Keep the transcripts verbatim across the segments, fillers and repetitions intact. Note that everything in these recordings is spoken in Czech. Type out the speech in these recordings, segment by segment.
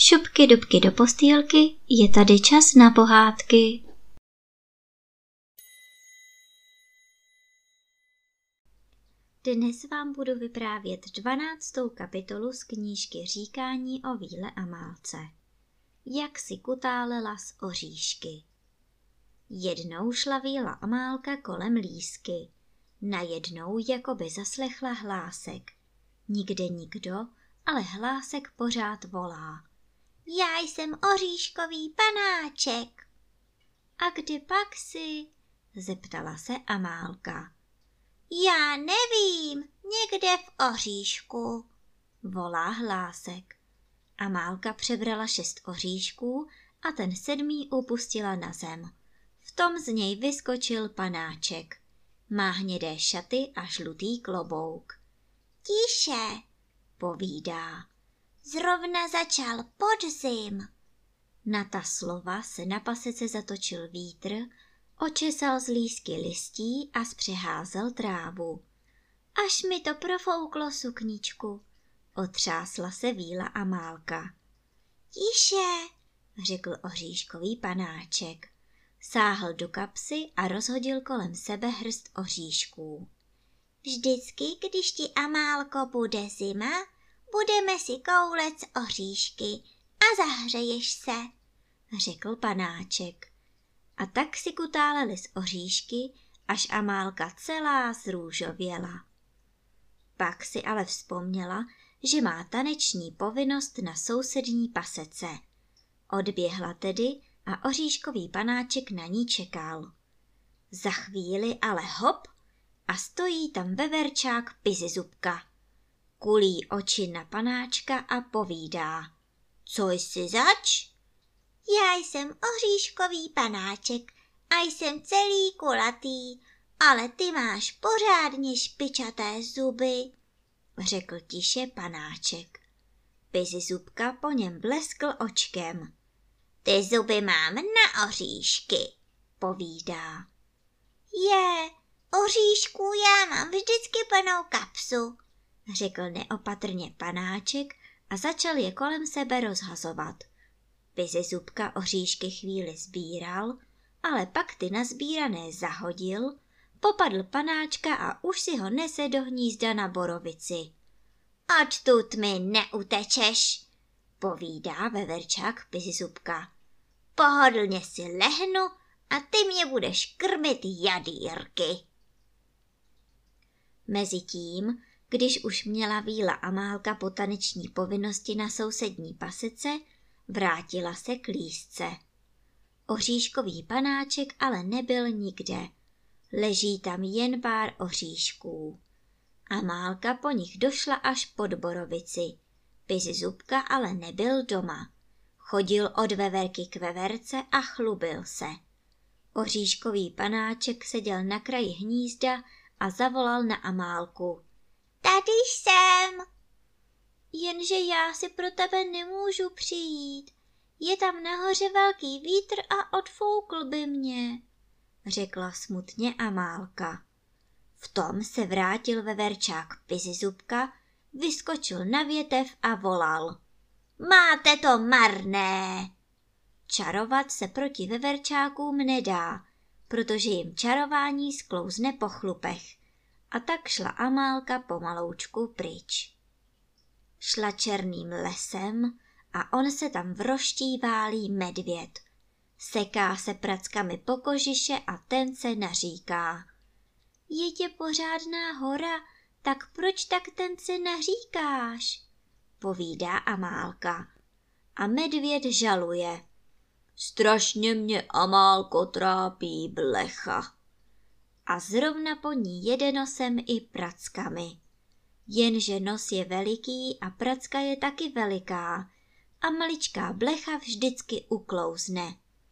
Šupky dubky do postýlky, je tady čas na pohádky. Dnes vám budu vyprávět dvanáctou kapitolu z knížky Říkání o Víle Amálce. Jak si kutálela z oříšky. Jednou šla Víla Amálka kolem lísky. Najednou jakoby zaslechla hlásek. Nikde nikdo, ale hlásek pořád volá. Já jsem oříškový panáček. A kdy pak jsi? Zeptala se Amálka. Já nevím, někde v oříšku, volá hlásek. Amálka přebrala šest oříšků a ten sedmý upustila na zem. V tom z něj vyskočil panáček. Má hnědé šaty a žlutý klobouk. Tiše, povídá. Zrovna začal podzim. Na ta slova se na pasece zatočil vítr, očesal z lísky listí a zpřeházel trávu. Až mi to profouklo sukničku, otřásla se Víla Amálka. Tiše, řekl oříškový panáček. Sáhl do kapsy a rozhodil kolem sebe hrst oříšků. Vždycky, když ti, Amálko, bude zima, budeme si koulet z oříšky a zahřeješ se, řekl panáček. A tak si kutáleli z oříšky, až Amálka celá zrůžověla. Pak si ale vzpomněla, že má taneční povinnost na sousední pasece. Odběhla tedy a oříškový panáček na ní čekal. Za chvíli ale hop a stojí tam veverčák Pizizubka. Kulí oči na panáčka a povídá. Co jsi zač? Já jsem oříškový panáček a jsem celý kulatý, ale ty máš pořádně špičaté zuby, řekl tiše panáček. Pizizubka po něm bleskl očkem. Ty zuby mám na oříšky, povídá. Je, oříšků já mám vždycky plnou kapsu, řekl neopatrně panáček a začal je kolem sebe rozhazovat. Pizizubka oříšky chvíli sbíral, ale pak ty nazbírané zahodil, popadl panáčka a už si ho nese do hnízda na borovici. Odtud mi neutečeš, povídá veverčák Pizizubka. Pohodlně si lehnu a ty mě budeš krmit jadýrky. Mezitím, když už měla Víla Amálka po taneční povinnosti na sousední pasece, vrátila se k lísce. Oříškový panáček ale nebyl nikde. Leží tam jen pár oříšků. Amálka po nich došla až pod borovici. Pizizubka ale nebyl doma. Chodil od veverky k veverce a chlubil se. Oříškový panáček seděl na kraji hnízda a zavolal na Amálku. Tady jsem. Jenže já si pro tebe nemůžu přijít. Je tam nahoře velký vítr a odfoukl by mě, řekla smutně Amálka. V tom se vrátil veverčák Pizizubka, vyskočil na větev a volal. Máte to marné! Čarovat se proti veverčákům nedá, protože jim čarování sklouzne po chlupech. A tak šla Amálka pomaloučku pryč. Šla černým lesem a on se tam vroští válí medvěd. Seká se prackami po kožiše a ten se naříká. Je tě pořádná hora, tak proč tak ten se naříkáš? Povídá Amálka. A medvěd žaluje. Strašně mě, Amálko, trápí blecha. A zrovna po ní jede nosem i prackami. Jenže nos je veliký a pracka je taky veliká a maličká blecha vždycky uklouzne.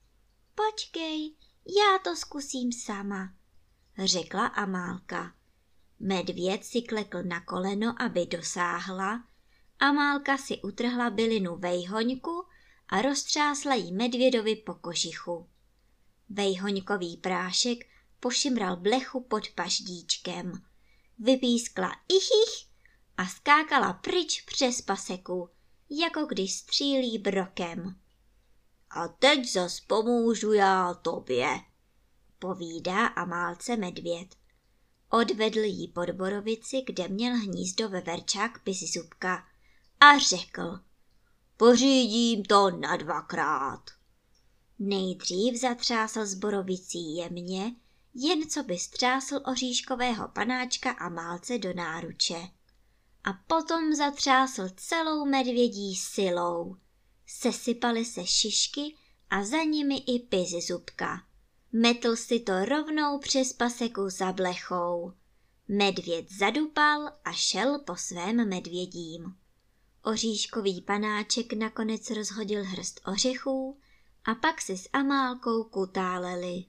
Počkej, já to zkusím sama, řekla Amálka. Medvěd si klekl na koleno, aby dosáhla, Amálka si utrhla bylinu vejhoňku a roztřásla jí medvědovi po kožichu. Vejhoňkový prášek pošimral blechu pod paždíčkem. Vypískla ichich a skákala pryč přes paseku. jako když střílí brokem. A teď zas pomůžu já tobě, povídá Amálce medvěd. Odvedl jí pod borovici, kde měl hnízdo veverčák Pizizubka, a řekl: Pořídím to na dvakrát. Nejdřív zatřásl s borovicí jemně, jen co by střásl oříškového panáčka Amálce do náruče. A potom zatřásl celou medvědí silou. Sesypaly se šišky a za nimi i Pizizubka. Metl si to rovnou přes paseku za blechou. Medvěd zadupal a šel po svém medvědím. Oříškový panáček nakonec rozhodil hrst ořechů a pak si s Amálkou kutáleli.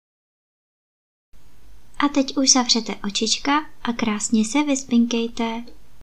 A teď už zavřete očička a krásně se vyspinkejte.